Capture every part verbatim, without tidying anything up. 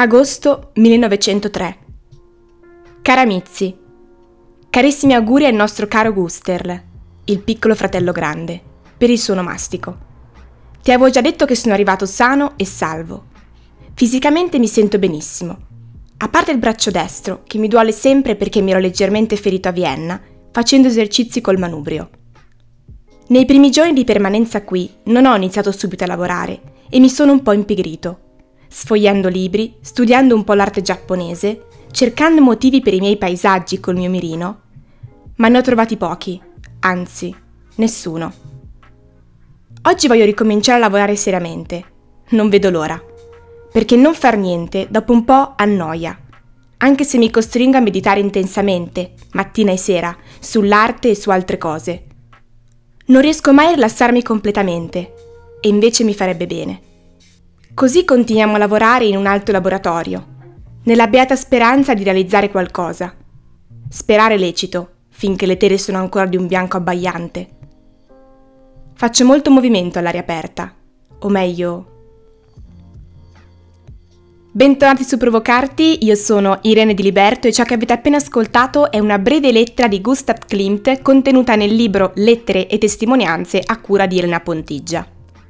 Agosto millenovecentotre. Cara Mizzi, carissimi auguri al nostro caro Gusterl, il piccolo fratello grande, per il suo onomastico. Ti avevo già detto che sono arrivato sano e salvo. Fisicamente mi sento benissimo. A parte il braccio destro, che mi duole sempre perché mi ero leggermente ferito a Vienna, facendo esercizi col manubrio. Nei primi giorni di permanenza qui non ho iniziato subito a lavorare e mi sono un po' impigrito, sfogliando libri, studiando un po' l'arte giapponese, cercando motivi per i miei paesaggi col mio mirino, ma ne ho trovati pochi, anzi, nessuno. Oggi voglio ricominciare a lavorare seriamente, non vedo l'ora, perché non far niente dopo un po' annoia, anche se mi costringo a meditare intensamente, mattina e sera, sull'arte e su altre cose. Non riesco mai a rilassarmi completamente, e invece mi farebbe bene. Così continuiamo a lavorare in un alto laboratorio, nella beata speranza di realizzare qualcosa. Sperare lecito, finché le tele sono ancora di un bianco abbagliante. Faccio molto movimento all'aria aperta, o meglio... Bentornati su Provocarti, io sono Irene Di Liberto e ciò che avete appena ascoltato è una breve lettera di Gustav Klimt contenuta nel libro Lettere e testimonianze a cura di Elena Pontigia.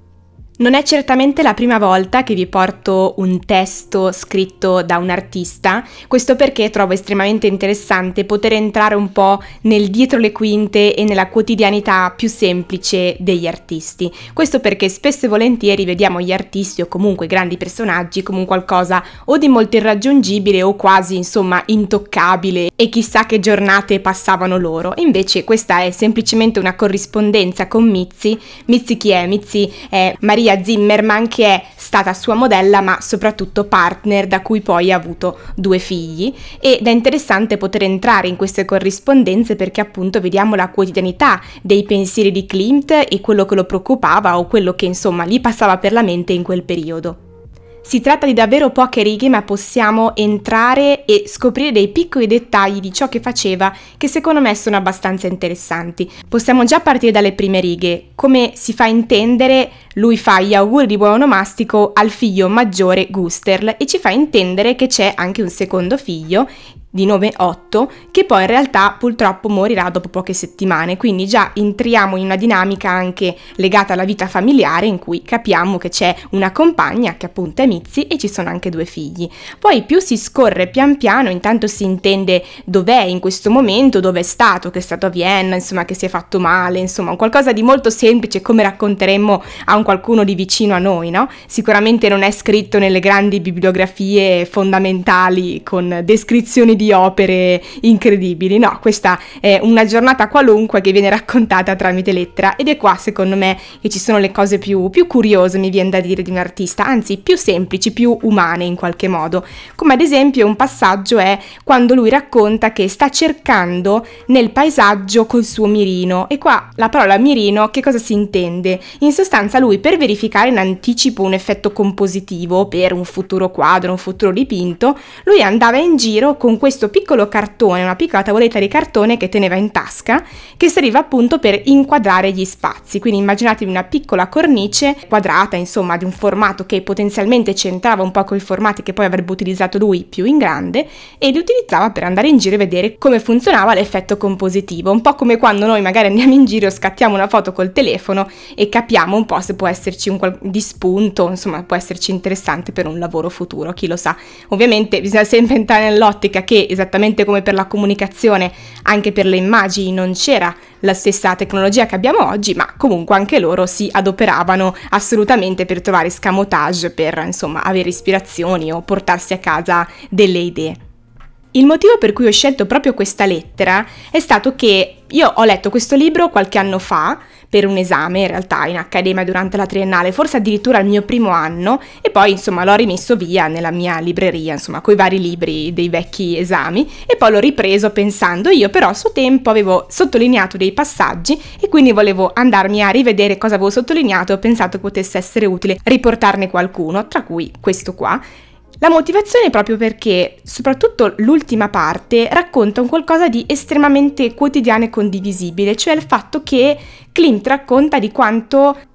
Non è certamente la prima volta che vi porto un testo scritto da un artista, questo perché trovo estremamente interessante poter entrare un po' nel dietro le quinte e nella quotidianità più semplice degli artisti. Questo perché spesso e volentieri vediamo gli artisti o comunque grandi personaggi come un qualcosa o di molto irraggiungibile o quasi insomma intoccabile e chissà che giornate passavano loro. E invece questa è semplicemente una corrispondenza con Mizzi. Mizzi chi è? Mizzi è Maria Zimmerman, che è stata sua modella ma soprattutto partner, da cui poi ha avuto due figli, ed è interessante poter entrare in queste corrispondenze perché appunto vediamo la quotidianità dei pensieri di Klimt e quello che lo preoccupava o quello che insomma gli passava per la mente in quel periodo. Si tratta di davvero poche righe, ma possiamo entrare e scoprire dei piccoli dettagli di ciò che faceva che secondo me sono abbastanza interessanti. Possiamo già partire dalle prime righe. Come si fa intendere, lui fa gli auguri di buon onomastico al figlio maggiore Gusterl e ci fa intendere che c'è anche un secondo figlio di nome Otto, che poi in realtà purtroppo morirà dopo poche settimane, quindi già entriamo in una dinamica anche legata alla vita familiare in cui capiamo che c'è una compagna che appunto è Mizzi e ci sono anche due figli. Poi più si scorre pian piano, intanto si intende dov'è in questo momento, dove è stato, che è stato a Vienna, insomma che si è fatto male, insomma qualcosa di molto semplice come racconteremmo a un qualcuno di vicino a noi, no? Sicuramente non è scritto nelle grandi bibliografie fondamentali con descrizioni di di opere incredibili, no, questa è una giornata qualunque che viene raccontata tramite lettera ed è qua secondo me che ci sono le cose più, più curiose, mi viene da dire, di un artista, anzi più semplici, più umane in qualche modo, come ad esempio un passaggio è quando lui racconta che sta cercando nel paesaggio col suo mirino e qua la parola mirino che cosa si intende? In sostanza lui per verificare in anticipo un effetto compositivo per un futuro quadro, un futuro dipinto, lui andava in giro con questo questo piccolo cartone, una piccola tavoletta di cartone che teneva in tasca, che serviva appunto per inquadrare gli spazi. Quindi immaginatevi una piccola cornice quadrata, insomma, di un formato che potenzialmente c'entrava un po' con i formati che poi avrebbe utilizzato lui più in grande, e li utilizzava per andare in giro e vedere come funzionava l'effetto compositivo. Un po' come quando noi magari andiamo in giro, scattiamo una foto col telefono e capiamo un po' se può esserci un qual- di spunto, insomma, può esserci interessante per un lavoro futuro, chi lo sa. Ovviamente bisogna sempre entrare nell'ottica che esattamente come per la comunicazione, anche per le immagini non c'era la stessa tecnologia che abbiamo oggi, ma comunque anche loro si adoperavano assolutamente per trovare escamotage, per insomma avere ispirazioni o portarsi a casa delle idee. Il motivo per cui ho scelto proprio questa lettera è stato che io ho letto questo libro qualche anno fa per un esame, in realtà in accademia durante la triennale, forse addirittura il mio primo anno, e poi insomma l'ho rimesso via nella mia libreria, insomma coi vari libri dei vecchi esami, e poi l'ho ripreso pensando, io però a suo tempo avevo sottolineato dei passaggi e quindi volevo andarmi a rivedere cosa avevo sottolineato e ho pensato potesse essere utile riportarne qualcuno, tra cui questo qua. La motivazione è proprio perché, soprattutto l'ultima parte, racconta un qualcosa di estremamente quotidiano e condivisibile, cioè il fatto che Klimt racconta di quanto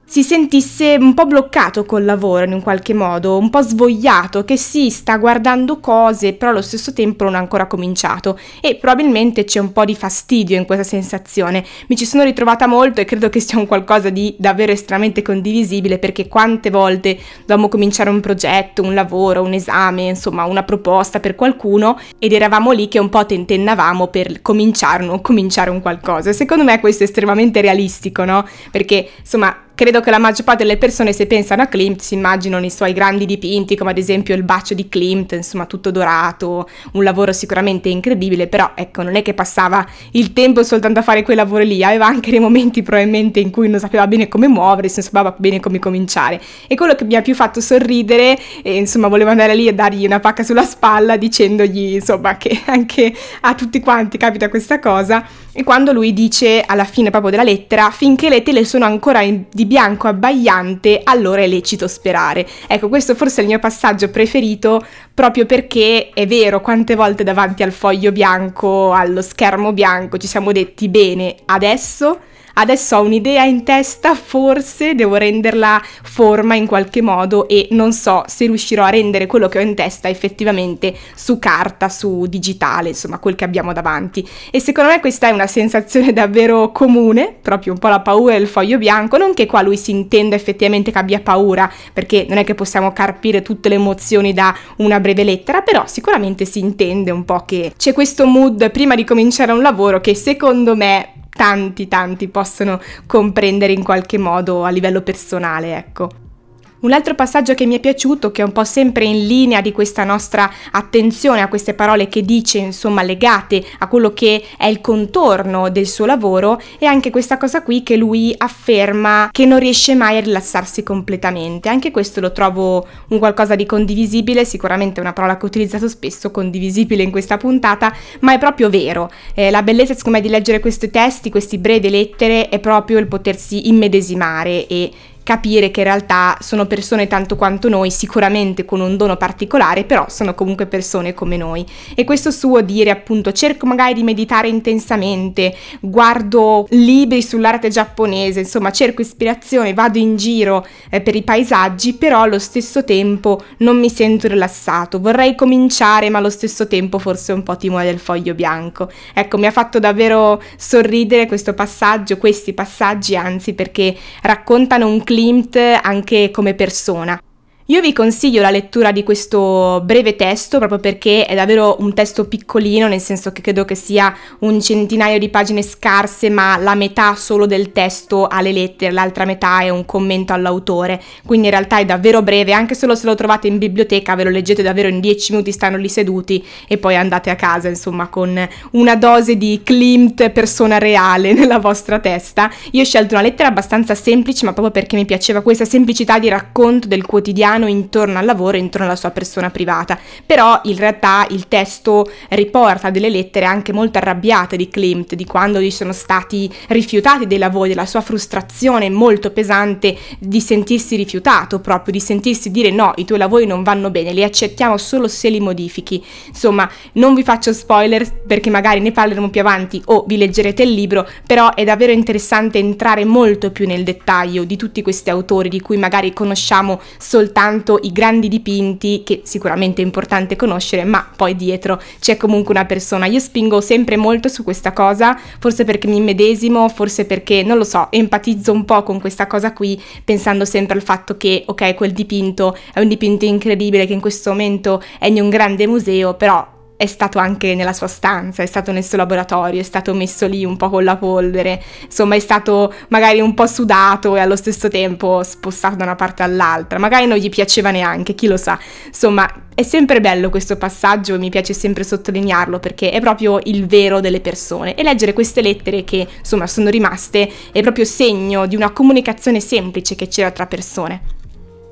si sentisse un po' bloccato col lavoro in un qualche modo, un po' svogliato, che sì, sta guardando cose, però allo stesso tempo non ha ancora cominciato e probabilmente c'è un po' di fastidio in questa sensazione. Mi ci sono ritrovata molto e credo che sia un qualcosa di davvero estremamente condivisibile, perché quante volte dovevamo cominciare un progetto, un lavoro, un esame, insomma una proposta per qualcuno ed eravamo lì che un po' tentennavamo per cominciare o non cominciare un qualcosa. Secondo me questo è estremamente realistico, no? Perché insomma credo che la maggior parte delle persone, se pensano a Klimt, si immaginano i suoi grandi dipinti, come ad esempio il bacio di Klimt, insomma tutto dorato, un lavoro sicuramente incredibile, però ecco, non è che passava il tempo soltanto a fare quei lavori lì, aveva anche dei momenti probabilmente in cui non sapeva bene come muoversi, non sapeva bene come cominciare. E quello che mi ha più fatto sorridere, e insomma volevo andare lì e dargli una pacca sulla spalla dicendogli insomma che anche a tutti quanti capita questa cosa, e quando lui dice alla fine proprio della lettera: finché le tele sono ancora in, di bianco abbagliante, allora è lecito sperare. Ecco, questo forse è il mio passaggio preferito, proprio perché è vero, quante volte davanti al foglio bianco, allo schermo bianco, ci siamo detti: bene, adesso adesso ho un'idea in testa, forse devo renderla forma in qualche modo e non so se riuscirò a rendere quello che ho in testa effettivamente su carta, su digitale, insomma quel che abbiamo davanti. E secondo me questa è una sensazione davvero comune, proprio un po' la paura del foglio bianco, non che qua lui si intenda effettivamente che abbia paura, perché non è che possiamo carpire tutte le emozioni da una breve lettera, però sicuramente si intende un po' che c'è questo mood prima di cominciare un lavoro che secondo me tanti tanti possono comprendere in qualche modo a livello personale, ecco. Un altro passaggio che mi è piaciuto, che è un po' sempre in linea di questa nostra attenzione a queste parole che dice, insomma legate a quello che è il contorno del suo lavoro, è anche questa cosa qui che lui afferma che non riesce mai a rilassarsi completamente. Anche questo lo trovo un qualcosa di condivisibile, sicuramente è una parola che ho utilizzato spesso, condivisibile in questa puntata, ma è proprio vero. Eh, la bellezza secondo me di leggere questi testi, queste brevi lettere, è proprio il potersi immedesimare e capire che in realtà sono persone tanto quanto noi, sicuramente con un dono particolare, però sono comunque persone come noi. E questo suo dire appunto: cerco magari di meditare intensamente, guardo libri sull'arte giapponese, insomma cerco ispirazione, vado in giro eh, per i paesaggi, però allo stesso tempo non mi sento rilassato, vorrei cominciare ma allo stesso tempo forse un po' timore del foglio bianco. Ecco, mi ha fatto davvero sorridere questo passaggio, questi passaggi anzi, perché raccontano un Klimt anche come persona. Io vi consiglio la lettura di questo breve testo proprio perché è davvero un testo piccolino, nel senso che credo che sia un centinaio di pagine scarse, ma la metà solo del testo ha le lettere, l'altra metà è un commento all'autore, quindi in realtà è davvero breve, anche solo se lo trovate in biblioteca ve lo leggete davvero in dieci minuti, stanno lì seduti e poi andate a casa insomma con una dose di Klimt persona reale nella vostra testa. Io ho scelto una lettera abbastanza semplice, ma proprio perché mi piaceva questa semplicità di racconto del quotidiano intorno al lavoro, intorno alla sua persona privata. Però in realtà il testo riporta delle lettere anche molto arrabbiate di Klimt, di quando gli sono stati rifiutati dei lavori, della sua frustrazione molto pesante di sentirsi rifiutato, proprio di sentirsi dire: no, i tuoi lavori non vanno bene, li accettiamo solo se li modifichi. Insomma, non vi faccio spoiler perché magari ne parleremo più avanti o vi leggerete il libro, però è davvero interessante entrare molto più nel dettaglio di tutti questi autori di cui magari conosciamo soltanto i grandi dipinti, che sicuramente è importante conoscere, ma poi dietro c'è comunque una persona. Io spingo sempre molto su questa cosa, forse perché mi immedesimo, forse perché, non lo so, empatizzo un po' con questa cosa qui, pensando sempre al fatto che, ok, quel dipinto è un dipinto incredibile che in questo momento è in un grande museo, però è stato anche nella sua stanza, è stato nel suo laboratorio, è stato messo lì un po' con la polvere, insomma è stato magari un po' sudato e allo stesso tempo spostato da una parte all'altra, magari non gli piaceva neanche, chi lo sa. Insomma, è sempre bello questo passaggio e mi piace sempre sottolinearlo perché è proprio il vero delle persone, e leggere queste lettere che insomma sono rimaste è proprio segno di una comunicazione semplice che c'era tra persone.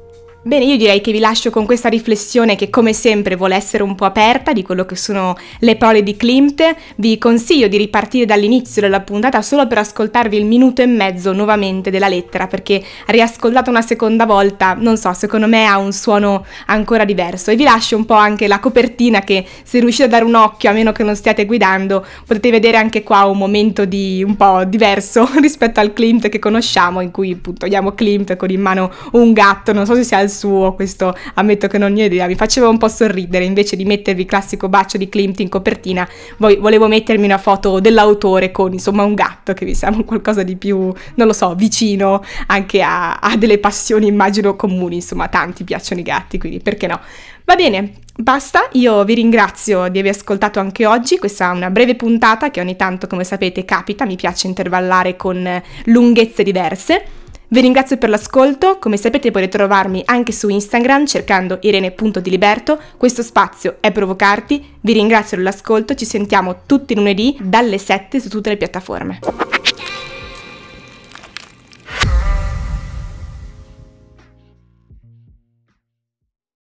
Bene, io direi che vi lascio con questa riflessione che come sempre vuole essere un po' aperta di quello che sono le parole di Klimt. Vi consiglio di ripartire dall'inizio della puntata solo per ascoltarvi il minuto e mezzo nuovamente della lettera, perché riascoltata una seconda volta, non so, secondo me ha un suono ancora diverso. E vi lascio un po' anche la copertina che, se riuscite a dare un occhio, a meno che non stiate guidando, potete vedere anche qua un momento di un po' diverso rispetto al Klimt che conosciamo, in cui appunto vediamo Klimt con in mano un gatto, non so se sia il suo, questo ammetto che non ne ho idea, mi faceva un po' sorridere. Invece di mettervi il classico bacio di Klimt in copertina, voi volevo mettermi una foto dell'autore con insomma un gatto, che vi sembra qualcosa di più, non lo so, vicino anche a, a delle passioni immagino comuni, insomma tanti piacciono i gatti, quindi perché no? Va bene, basta, io vi ringrazio di aver ascoltato anche oggi, questa è una breve puntata che ogni tanto, come sapete, capita, mi piace intervallare con lunghezze diverse. Vi ringrazio per l'ascolto, come sapete potete trovarmi anche su Instagram cercando irene punto di liberto, questo spazio è Provocarti, vi ringrazio dell'ascolto, ci sentiamo tutti lunedì dalle sette su tutte le piattaforme.